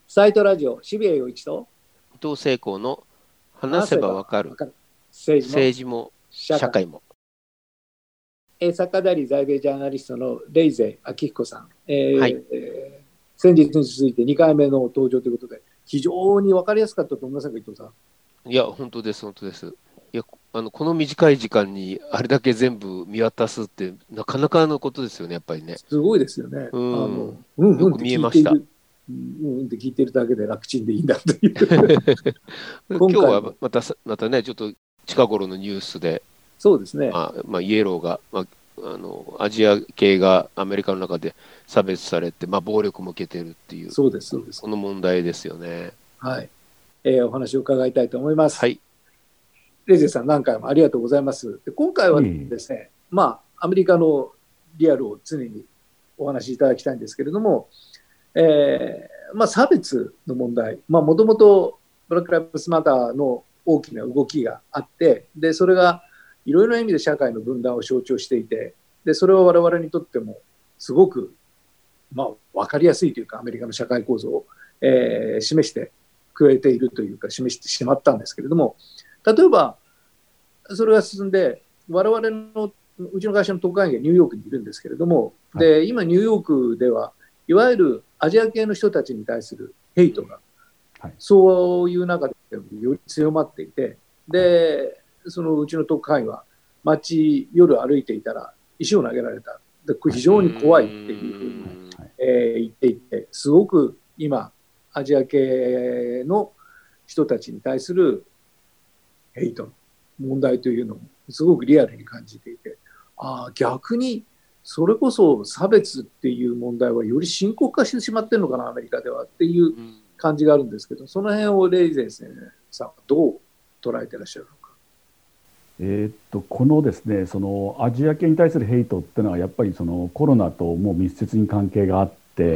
サイトラジオ渋谷陽一と伊藤聖光の話せばわかる政治も社会も。 作家であり在米ジャーナリストのレイゼ明彦さん、 はい、 先日に続いて2回目の登場ということで非常に分かりやすかったと思いませんか、伊藤さん。 いや本当です本当です。いやこの短い時間にあれだけ全部見渡すってなかなかのことですよね、やっぱりね。 すごいですよね。 よく見えました。 って聞いてるだけで楽ちんでいいんだという今日はまたね、ちょっと近頃のニュースで、 そうですね、 イエローが、アジア系がアメリカの中で差別されて、暴力も受けてるっていう、 そうですこの問題ですよね。 はい、お話を伺いたいと思います。 はい、 レイゼさん、何回もありがとうございます。で今回はですね、アメリカのリアルを常にお話しいただきたいんですけれども、差別の問題、もともとブラック・ライブズ・マターの大きな動きがあって、でそれがいろいろな意味で社会の分断を象徴していて、でそれは我々にとってもすごく、分かりやすいというか、アメリカの社会構造を、示してくれているというか、示してしまったんですけれども、例えばそれが進んで、我々のうちの会社の特派員がニューヨークにいるんですけれども、で今ニューヨークではいわゆるアジア系の人たちに対するヘイトが、そういう中でより強まっていて、でそのうちの特派員は夜歩いていたら石を投げられた、で非常に怖いっていうふうに、言っていて、すごく今アジア系の人たちに対するヘイトの問題というのをすごくリアルに感じていて、逆にそれこそ差別っていう問題はより深刻化してしまっているのかな、アメリカではっていう感じがあるんですけど、その辺をレイゼ先生さんはどう捉えていらっしゃるのか。 このですね、そのアジア系に対するヘイトっていうのはやっぱりそのコロナともう密接に関係があって、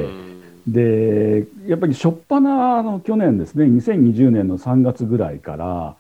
でやっぱり初っ端の去年ですね、2020年の3月ぐらいから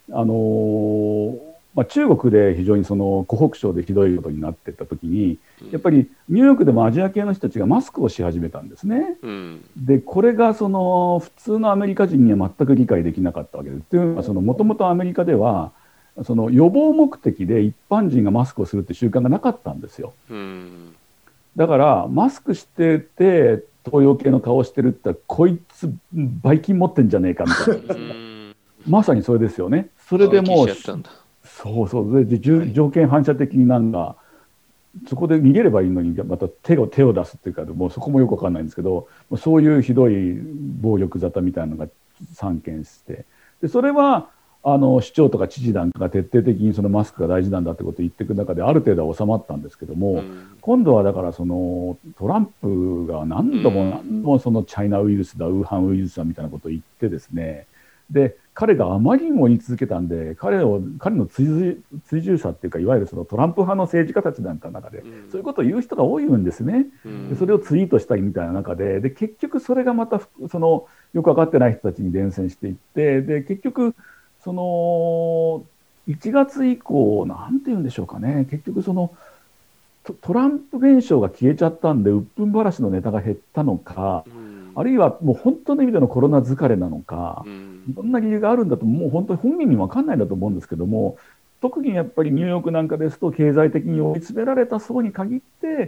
中国で非常にその湖北省でひどいことになっていった時に、やっぱりニューヨークでもアジア系の人たちがマスクをし始めたんですね。でこれがその普通のアメリカ人には全く理解できなかったわけです。というのは、もともとアメリカではその予防目的で一般人がマスクをするって習慣がなかったんですよ。だからマスクしてて東洋系の顔をしてるって言ったら、こいつばい菌持ってんじゃねえかみたいなですねまさにそれですよね。それでもうそうで条件反射的にそこで逃げればいいのにまた手を出すっていうか、もうそこもよくわかんないんですけど、そういうひどい暴力沙汰みたいなのが散見して、でそれは市長とか知事なんかが徹底的にそのマスクが大事なんだってことを言っていく中である程度は収まったんですけども、今度はだからそのトランプが何度もそのチャイナウイルスだウーハンウイルスだみたいなことを言ってですね、で彼があまりにも言い続けたんで、彼の追従者っていうか、いわゆるそのトランプ派の政治家たちなんかの中で、そういうことを言う人が多いんですね。でそれをツイートしたりみたいな中で、結局それがまたそのよく分かってない人たちに伝染していって、で結局その1月以降なんて言うんでしょうかね、結局そのトランプ現象が消えちゃったんで、鬱憤晴らしのネタが減ったのか、あるいはもう本当の意味でのコロナ疲れなのか、いろんな理由があるんだと、もう本当に本人に分かんないんだと思うんですけども、特にやっぱりニューヨークなんかですと経済的に追い詰められた層に限って、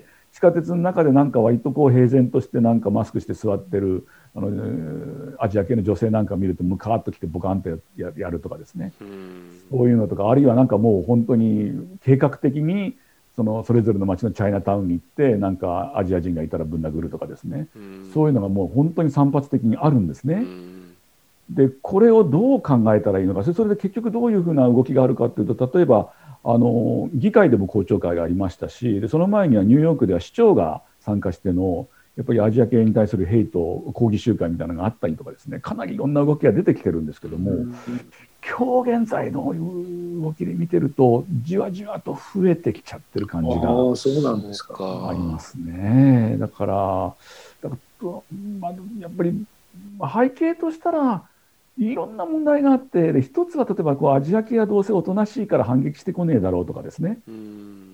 地下鉄の中で割とこう平然としてマスクして座ってるアジア系の女性なんか見るとムカーッときてボカンと やるとかですね、そういうのとか、あるいはもう本当に計画的にそれぞれの町のチャイナタウンに行ってアジア人がいたらぶん殴るとかですね、そういうのがもう本当に散発的にあるんですね。でこれをどう考えたらいいのか、それで結局どういうふうな動きがあるかというと、例えば議会でも公聴会がありましたし、でその前にはニューヨークでは市長が参加してのやっぱりアジア系に対するヘイト抗議集会みたいなのがあったりとかですね、かなりいろんな動きが出てきてるんですけども、今日現在の動きで見てるとじわじわと増えてきちゃってる感じがありますね。だからやっぱり背景としたらいろんな問題があって、で一つは例えばアジア系はどうせおとなしいから反撃してこねえだろうとかですね、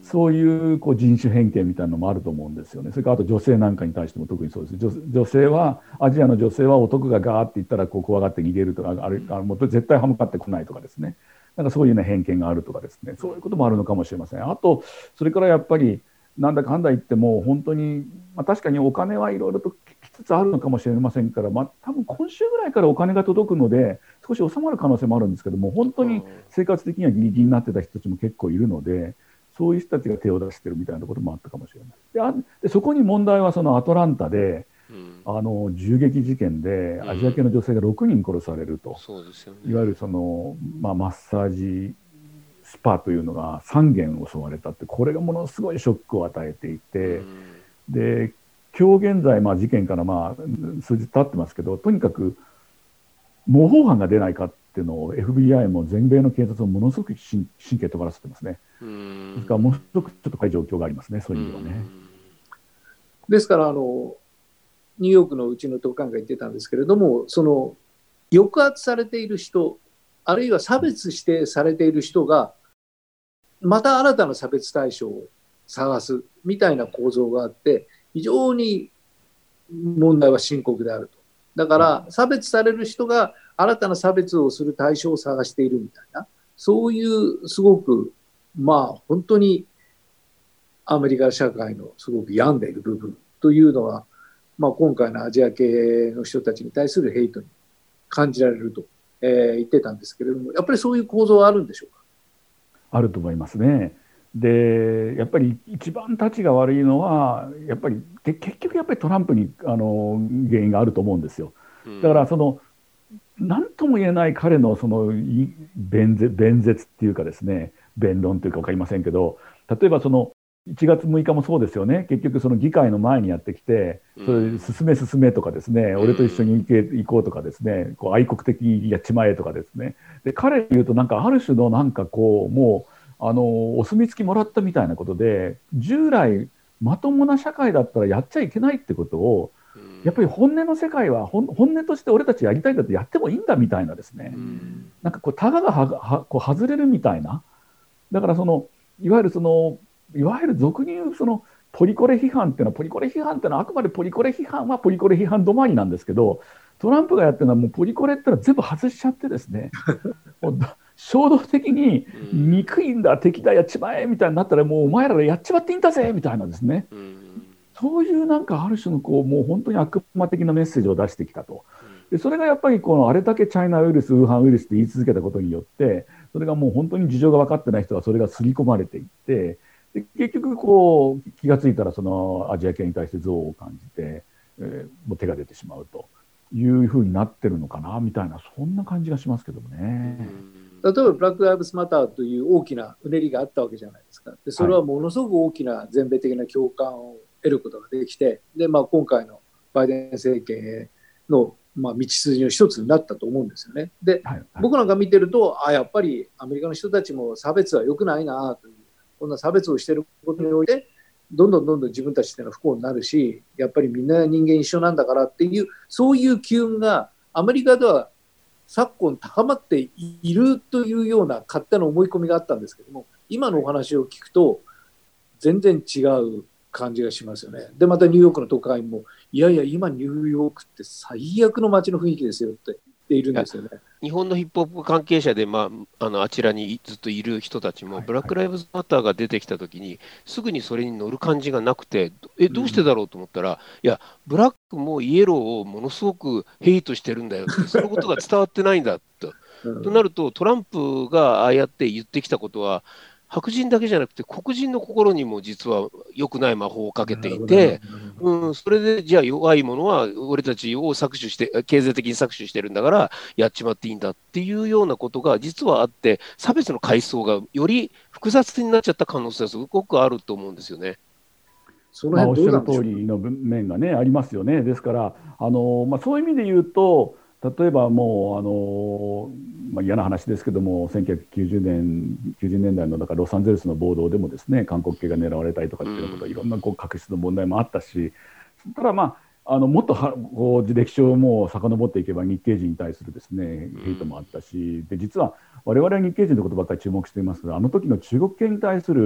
そういう人種偏見みたいなのもあると思うんですよね。それからあと女性なんかに対しても特にそうです。女性は、アジアの女性は男がガーって言ったら怖がって逃げるとか、もう絶対歯向かってこないとかですね。なんかそういうような偏見があるとかですね。そういうこともあるのかもしれません。あと、それからやっぱり、なんだかんだ言っても、本当に、確かにお金はいろいろときつつあるのかもしれませんから、多分今週ぐらいからお金が届くので、少し収まる可能性もあるんですけども、本当に生活的にはギリギリになってた人たちも結構いるので、そういう人たちが手を出してるみたいなこともあったかもしれない。でそこに問題はそのアトランタで、銃撃事件でアジア系の女性が6人殺されると、いわゆるその、マッサージスパというのが3件襲われたって、これがものすごいショックを与えていて、で今日現在、事件から数日経ってますけど、とにかく模倣犯が出ないかっていうのを FBI も全米の警察もものすごく神経尖らせてますね。ですからものすごくちょっと怖い状況がありますね、そういう意味ではね。 ですからニューヨークのうちの特管が言ってたんですけれども、その抑圧されている人、あるいは差別してされている人がまた新たな差別対象を探すみたいな構造があって、非常に問題は深刻であると。だから差別される人が新たな差別をする対象を探しているみたいな、そういうすごく本当にアメリカ社会のすごく病んでいる部分というのは、今回のアジア系の人たちに対するヘイトに感じられると、言ってたんですけれども、やっぱりそういう構造はあるんでしょうか。 あると思いますね。でやっぱり一番たちが悪いのはやっぱり結局やっぱりトランプに原因があると思うんですよ。だからその何とも言えない彼のその弁舌っていうかですね、弁論というか分かりませんけど、例えばその1月6日もそうですよね。結局その議会の前にやってきて、それ進めとかですね、俺と一緒に行こうとかですね、愛国的にやっちまえとかですね。で彼言うとなんかある種のなんかもうお墨付きもらったみたいなことで、従来まともな社会だったらやっちゃいけないってことを、やっぱり本音の世界は本音として俺たちやりたいんだってやってもいいんだみたいなですね、なんかタガが外れるみたいな。だからいわゆる俗に言うそのポリコレ批判っていうのはあくまでポリコレ批判はポリコレ批判止まりなんですけど、トランプがやってるのはもうポリコレってのは全部外しちゃってですね衝動的に憎いんだ敵だやっちまえみたいになったら、もうお前らでやっちまっていいんだぜみたいなですね、そういうなんかある種のもう本当に悪魔的なメッセージを出してきたと。でそれがやっぱりあれだけチャイナウイルスウーハンウイルスって言い続けたことによって、それがもう本当に事情が分かってない人はそれが刷り込まれていって、で結局気がついたらそのアジア系に対して憎悪を感じて、もう手が出てしまうというふうになってるのかなみたいな、そんな感じがしますけどもね。 例えばブラック・ライブズ・マターという大きなうねりがあったわけじゃないですか。でそれはものすごく大きな全米的な共感を得ることができて、で、今回のバイデン政権への道筋の一つになったと思うんですよね。で、僕なんか見てると、やっぱりアメリカの人たちも差別は良くないなという、こんな差別をしていることにおいてどんどん自分たちっていうのは不幸になるし、やっぱりみんな人間一緒なんだからっていう、そういう機運がアメリカでは昨今高まっているというような勝手な思い込みがあったんですけども、今のお話を聞くと全然違う感じがしますよね。でまたニューヨークの都会も、いやいや今ニューヨークって最悪の街の雰囲気ですよって言っているんですよね。 日本のヒップホップ関係者で、あちらにずっといる人たちも、ブラック・ライブズ・マターが出てきたときに、すぐにそれに乗る感じがなくて、どうしてだろうと思ったら、いや、ブラックもイエローをものすごくヘイトしてるんだよって、そのことが伝わってないんだと。となると、トランプがああやって言ってきたことは、白人だけじゃなくて黒人の心にも実は良くない魔法をかけていて、それでじゃあ弱いものは俺たちを搾取して経済的に搾取してるんだからやっちまっていいんだっていうようなことが実はあって、差別の階層がより複雑になっちゃった可能性はすごくあると思うんですよね。 おっしゃる通りの面がねありますよね。ですからそういう意味で言うと、例えばもう嫌な話ですけども、1990年代のだからロサンゼルスの暴動でもですね、韓国系が狙われたりとかっていうこと、いろんな確執の問題もあったし、ただもっと歴史をもう遡っていけば日系人に対するですねヘイトもあったし、で実は我々は日系人のことばっかり注目していますが、あの時の中国系に対する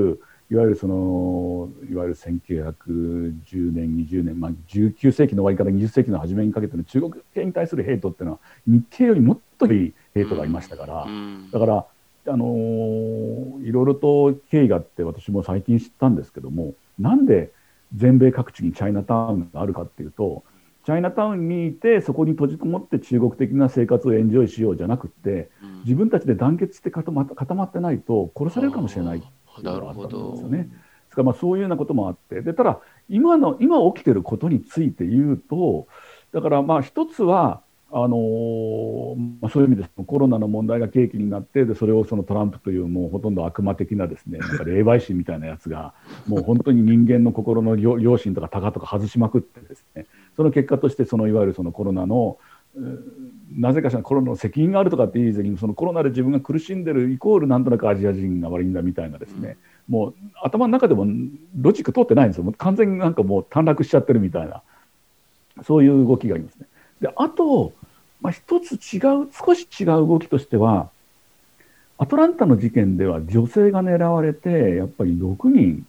いわゆる1910年、20年、19世紀の終わりから20世紀の初めにかけての中国系に対するヘイトっていうのは日系よりもっといいヘイトがありましたから、だからいろいろと経緯があって私も最近知ったんですけども、なんで全米各地にチャイナタウンがあるかっていうと、チャイナタウンにいてそこに閉じこもって中国的な生活をエンジョイしようじゃなくって、自分たちで団結して固まってないと殺されるかもしれないっていうのがあったんですよね。ですからそういうようなこともあって、でただ今起きていることについて言うと、だから一つはそういう意味でコロナの問題が契機になって、でそれをそのトランプというもうほとんど悪魔的なですね、なんか霊媒師みたいなやつがもう本当に人間の心の良心とか高とか外しまくってですね、その結果としていわゆるそのコロナのなぜかしらコロナの責任があるとかって言いずに、そのコロナで自分が苦しんでるイコールなんとなくアジア人が悪いんだみたいなですね、もう頭の中でもロジック通ってないんですよ。もう完全になんかもう短絡しちゃってるみたいな、そういう動きがありますね。であと一つ少し違う動きとしては、アトランタの事件では女性が狙われて、やっぱり6人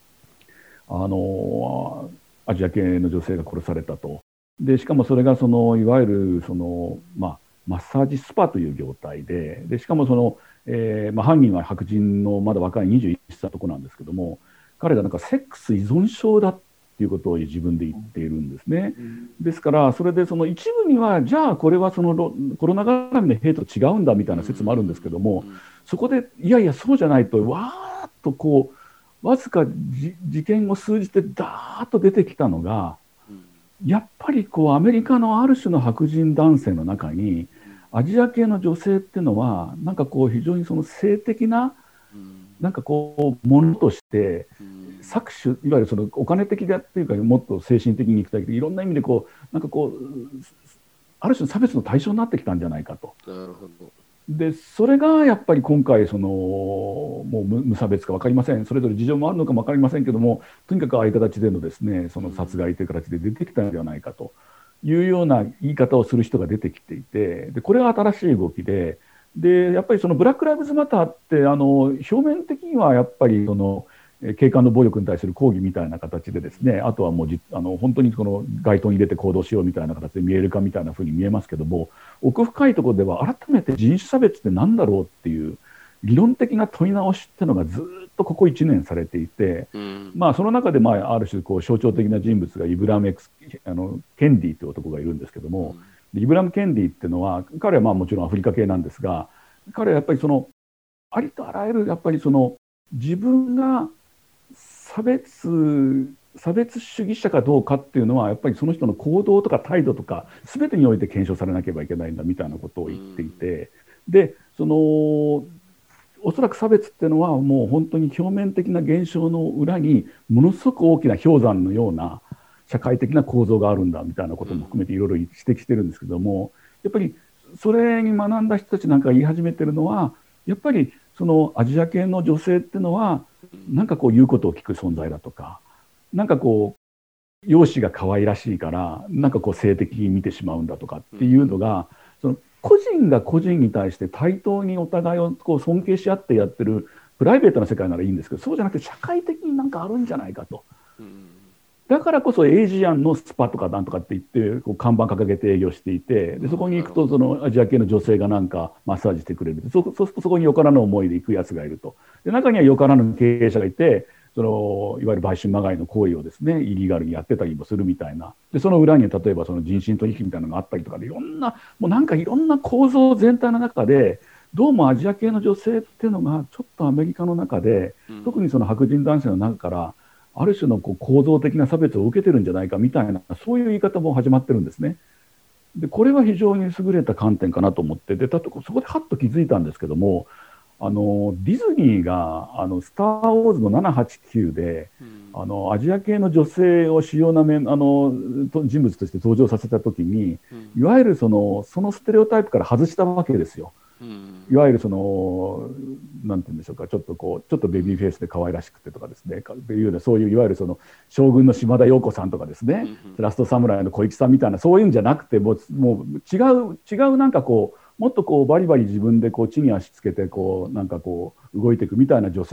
アジア系の女性が殺されたと。でしかもそれがいわゆるマッサージスパという業態で、しかも犯人は白人のまだ若い21歳の男なんですけども、彼がなんかセックス依存症だっていうことを自分で言っているんですね。ですからそれで一部にはじゃあこれはコロナ絡みのヘイト違うんだみたいな説もあるんですけども、そこでいやいやそうじゃないとわーっとわずか事件を数じてダーッと出てきたのが、やっぱりアメリカのある種の白人男性の中にアジア系の女性っていうのはなんか非常に性的ななんかものとして搾取、いわゆるお金的だっていうか、もっと精神的に肉体的、いろんな意味でなんかある種の差別の対象になってきたんじゃないかと。 なるほど。 でそれがやっぱり今回もう無差別か分かりません、それぞれ事情もあるのかも分かりませんけども、とにかくああいう形でのですね、殺害という形で出てきたんではないかというような言い方をする人が出てきていて、でこれは新しい動きで、やっぱりブラック・ライブズ・マターって表面的にはやっぱり警官の暴力に対する抗議みたいな形でですね、あとはもう本当に街頭に出て行動しようみたいな形で見える化みたいなふうに見えますけども、奥深いところでは改めて人種差別って何だろうっていう理論的な問い直しっていうのがずっとここ1年されていて、その中である種象徴的な人物がイブラム・ケンディという男がいるんですけども、イブラム・ケンディっていうのは彼はもちろんアフリカ系なんですが、彼はやっぱりありとあらゆるやっぱり自分が差別主義者かどうかっていうのはやっぱりその人の行動とか態度とか全てにおいて検証されなければいけないんだみたいなことを言っていて、でおそらく差別っていうのはもう本当に表面的な現象の裏にものすごく大きな氷山のような社会的な構造があるんだみたいなことも含めていろいろ指摘してるんですけども、やっぱりそれに学んだ人たちなんかが言い始めてるのは、やっぱりアジア系の女性っていうのはなんか言うことを聞く存在だとか、なんか容姿が可愛らしいからなんか性的に見てしまうんだとかっていうのが、個人が個人に対して対等にお互いを尊敬し合ってやってるプライベートな世界ならいいんですけど、そうじゃなくて社会的になんかあるんじゃないかと。だからこそエイジアンのスパとかなんとかって言って看板掲げて営業していて、でそこに行くとアジア系の女性がなんかマッサージしてくれる。そうするとそこによからぬ思いで行くやつがいると。で中にはよからぬ経営者がいて、いわゆる売春まがいの行為をですねイリーガルにやってたりもするみたいな。でその裏に例えば人身取引みたいなのがあったりとかで、いろんな構造全体の中でどうもアジア系の女性っていうのがちょっとアメリカの中で、特に白人男性の中からある種の構造的な差別を受けてるんじゃないかみたいな、そういう言い方も始まってるんですね。でこれは非常に優れた観点かなと思って、でそこでハッと気づいたんですけども、ディズニーがスター・ウォーズの789で、アジア系の女性を主要な人物として登場させた時に、いわゆるそのステレオタイプから外したわけですよ。いわゆるなんて言うんでしょうか、ちょっとベビーフェイスで可愛らしくてとかですね、そういういわゆる将軍の島田陽子さんとかですね、ラストサムライの小池さんみたいな、そういうんじゃなくて、もう違うなんかもっとバリバリ自分で地に足つけてなんか動いていくみたいな女性を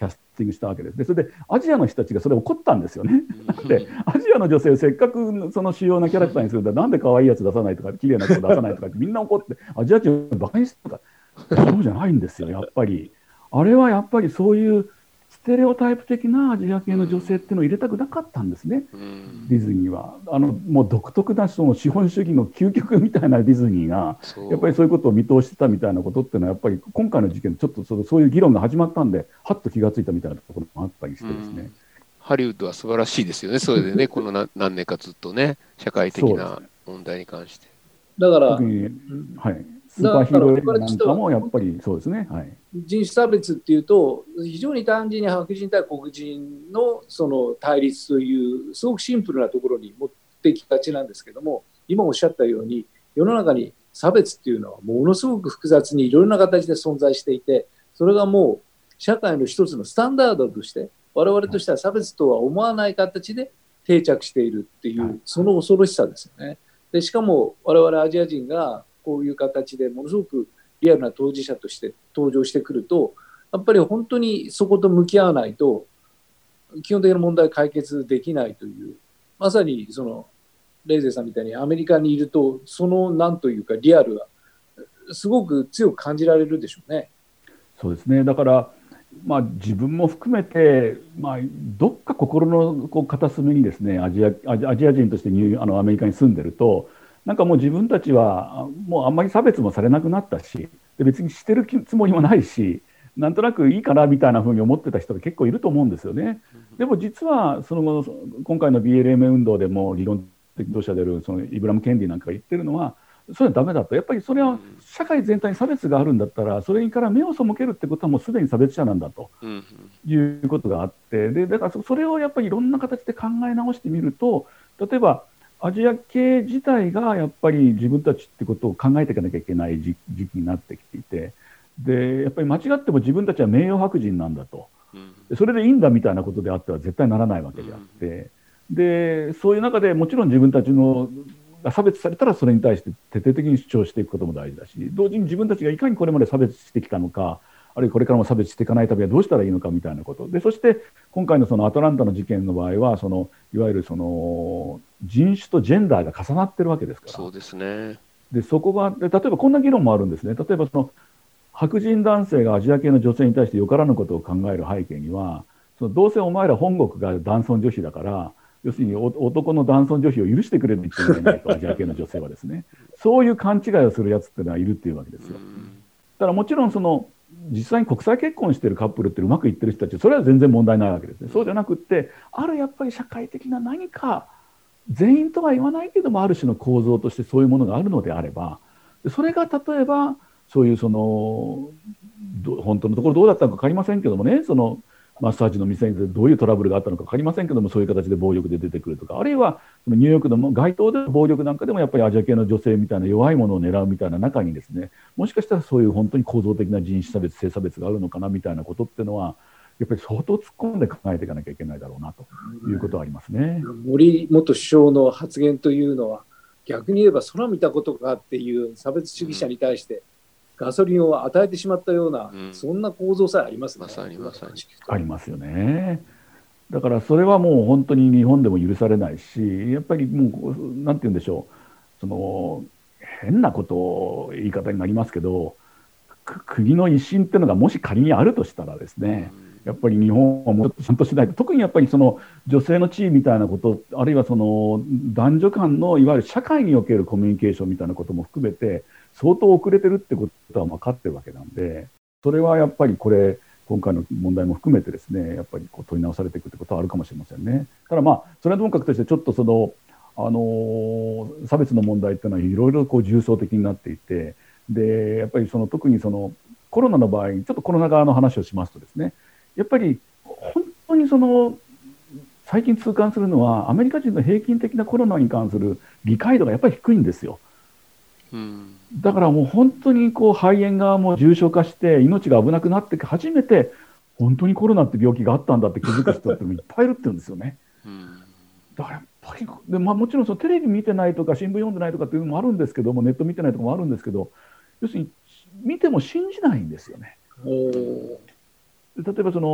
キャスティングしたわけです。でそれでアジアの人たちがそれ怒ったんですよね。でアジアの女性をせっかくその主要なキャラクターにするんだ、なんで可愛いやつ出さないとか綺麗な子出さないとかってみんな怒ってアジア人をバカにしてとか、そうじゃないんですよ。やっぱりあれはやっぱりそういうステレオタイプ的なアジア系の女性っていうのを入れたくなかったんですね、ディズニーは。もう独特なその資本主義の究極みたいなディズニーがやっぱりそういうことを見通してたみたいなことっていうのはやっぱり今回の事件ちょっとそういう議論が始まったんではっと気がついたみたいなところもあったりしてですね、 ハリウッドは素晴らしいですよね、それでねこの何年かずっとね社会的な問題に関して。 だから特に、はい、スーパーヒーロー映画なんかもやっぱりそうですね、はい、 人種差別っていうと非常に単純に白人対黒人のその対立というすごくシンプルなところに持ってきがちなんですけども、今おっしゃったように世の中に差別っていうのはものすごく複雑にいろんな形で存在していて、それがもう社会の一つのスタンダードとして我々としては差別とは思わない形で定着しているっていうその恐ろしさですよね。でしかも我々アジア人がこういう形でものすごくリアルな当事者として登場してくると、やっぱり本当にそこと向き合わないと基本的な問題解決できないという、まさにそのレイゼさんみたいにアメリカにいるとそのなんというかリアルがすごく強く感じられるでしょうね。 そうですね。だから自分も含めて、どっか心の片隅にですねアジア人としてアメリカに住んでるとなんかもう自分たちはもうあんまり差別もされなくなったし、で別にしてるつもりもないし、なんとなくいいかなみたいなふうに思ってた人が結構いると思うんですよね。でも実は今回の BLM 運動でも理論的当事者であるそのイブラム・ケンディなんかが言ってるのは、それはダメだと。やっぱりそれは社会全体に差別があるんだったらそれから目を背けるってことはもうすでに差別者なんだということがあって、でだからそれをやっぱりいろんな形で考え直してみると、例えばアジア系自体がやっぱり自分たちってことを考えていかなきゃいけない時期になってきていて、でやっぱり間違っても自分たちは名誉白人なんだと、それでいいんだみたいなことであっては絶対ならないわけであって、でそういう中でもちろん自分たちのが差別されたらそれに対して徹底的に主張していくことも大事だし、同時に自分たちがいかにこれまで差別してきたのか、あるいはこれからも差別していかないためにはどうしたらいいのかみたいなことで、そして今回のそのアトランタの事件の場合はそのいわゆるその人種とジェンダーが重なってるわけですから。 そうですね。 でそこが例えばこんな議論もあるんですね。例えばその白人男性がアジア系の女性に対してよからぬことを考える背景には、そのどうせお前ら本国が男尊女卑だから、要するに男の男尊女卑を許してくれる人がいないと、アジア系の女性はですね、そういう勘違いをするやつっていうのはいるっていうわけですよ。だからもちろんその実際に国際結婚しているカップルってうまくいってる人たち、それは全然問題ないわけですね。そうじゃなくって、あるやっぱり社会的な何か全員とは言わないけどもある種の構造としてそういうものがあるのであれば、それが例えばそういうその本当のところどうだったのか分かりませんけどもね、そのマッサージの店でどういうトラブルがあったのか分かりませんけども、そういう形で暴力で出てくるとか、あるいはそのニューヨークの街頭での暴力なんかでもやっぱりアジア系の女性みたいな弱いものを狙うみたいな中にですね、もしかしたらそういう本当に構造的な人種差別性差別があるのかなみたいなことっていうのはやっぱり相当突っ込んで考えていかなきゃいけないだろうなということはありますね。 森元首相の発言というのは逆に言えば空見たことかっていう差別主義者に対してガソリンを与えてしまったような、そんな構造さえありますね。 まさにありますよね。だからそれはもう本当に日本でも許されないし、やっぱりもうなんて言うんでしょう、その変なことを言い方になりますけど、国の威信っていうのがもし仮にあるとしたらですね、やっぱり日本はもうちょっとちゃんとしないと、特にやっぱりその女性の地位みたいなこと、あるいはその男女間のいわゆる社会におけるコミュニケーションみたいなことも含めて相当遅れてるってことは分かってるわけなんで、それはやっぱりこれ今回の問題も含めてですね、やっぱりこう問い直されていくってことはあるかもしれませんね。ただそれはともかくとしてちょっとその差別の問題っていうのはいろいろこう重層的になっていて、でやっぱり特にそのコロナの場合、ちょっとコロナ側の話をしますとですね、やっぱり本当に最近痛感するのはアメリカ人の平均的なコロナに関する理解度がやっぱり低いんですよ。だからもう本当にこう肺炎がもう重症化して命が危なくなって初めて本当にコロナって病気があったんだって気づく人っていっぱいいるって言うんですよね。だからやっぱりで、もちろんテレビ見てないとか新聞読んでないとかっていうのもあるんですけども、ネット見てないとかもあるんですけど、要するに見ても信じないんですよね。例えば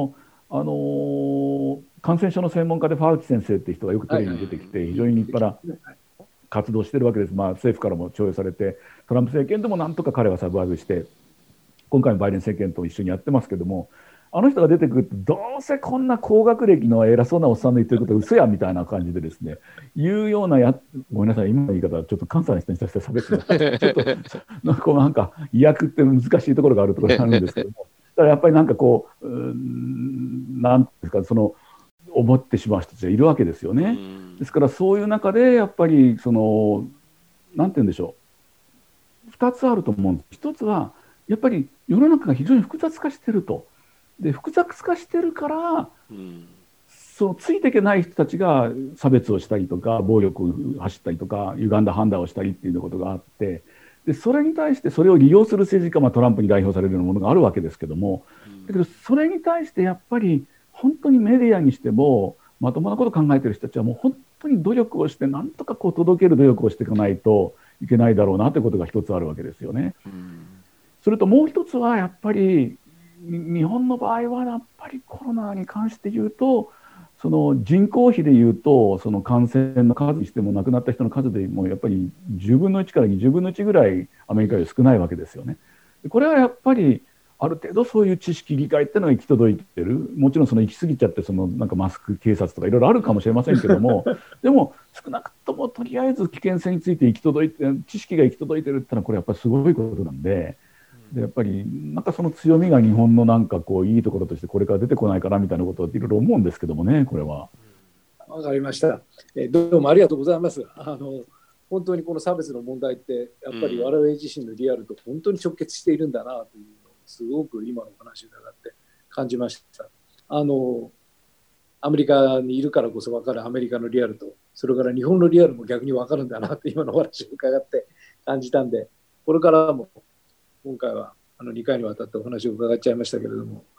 感染症の専門家でファウチ先生っていう人がよくテレビに出てきて、非常に立派な活動してるわけです。政府からも徴用されて、トランプ政権でもなんとか彼はサバイブして、今回のバイデン政権と一緒にやってますけども、あの人が出てくると、どうせこんな高学歴の偉そうなおっさんの言ってること嘘やみたいな感じでですね、いうようなごめんなさい、今の言い方はちょっと関西の人に対して差別がちょっとなんか意訳って難しいところがあるところがあるんですけども、だからやっぱりなんかこう、なんですか、思ってしまう人たちがいるわけですよね。ですからそういう中でやっぱりなんて言うんでしょう、2つあると思うんです。1つはやっぱり世の中が非常に複雑化していると。で複雑化してるから、ついていけない人たちが差別をしたりとか暴力を走ったりとか歪んだ判断をしたりっていうことがあって、でそれに対してそれを利用する政治家、トランプに代表されるようなものがあるわけですけども、だけどそれに対してやっぱり本当にメディアにしてもまともなことを考えている人たちはもう本当に努力をしてなんとか届ける努力をしていかないといけないだろうなということが一つあるわけですよね。それともう一つはやっぱり日本の場合はやっぱりコロナに関して言うと、人口比で言うと感染の数にしても亡くなった人の数でもやっぱり10分の1から20分の1ぐらいアメリカより少ないわけですよね。これはやっぱりある程度そういう知識理解っていうのが行き届いてる。もちろん行き過ぎちゃってなんかマスク警察とかいろいろあるかもしれませんけどもでも少なくともとりあえず危険性について行き届いて知識が行き届いてるってのはこれやっぱりすごいことなんで。でやっぱりなんかその強みが日本のなんかいいところとしてこれから出てこないかなみたいなことをいろいろ思うんですけどもね、これは。 わかりました。どうもありがとうございます。本当にこの差別の問題ってやっぱり我々自身のリアルと本当に直結しているんだなというのをすごく今のお話を伺って感じました。アメリカにいるからこそ分かるアメリカのリアルと、それから日本のリアルも逆に分かるんだなって今のお話を伺って感じたんで、これからも今回は2回にわたってお話を伺っちゃいましたけれども、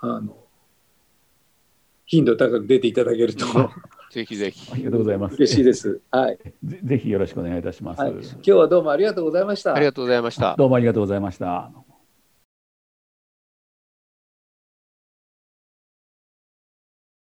頻度高く出ていただけるとぜひぜひありがとうございます。 嬉しいです。はい。 ぜひよろしくお願いいたします。 はい、今日はどうもありがとうございました。 ありがとうございました。 どうもありがとうございました。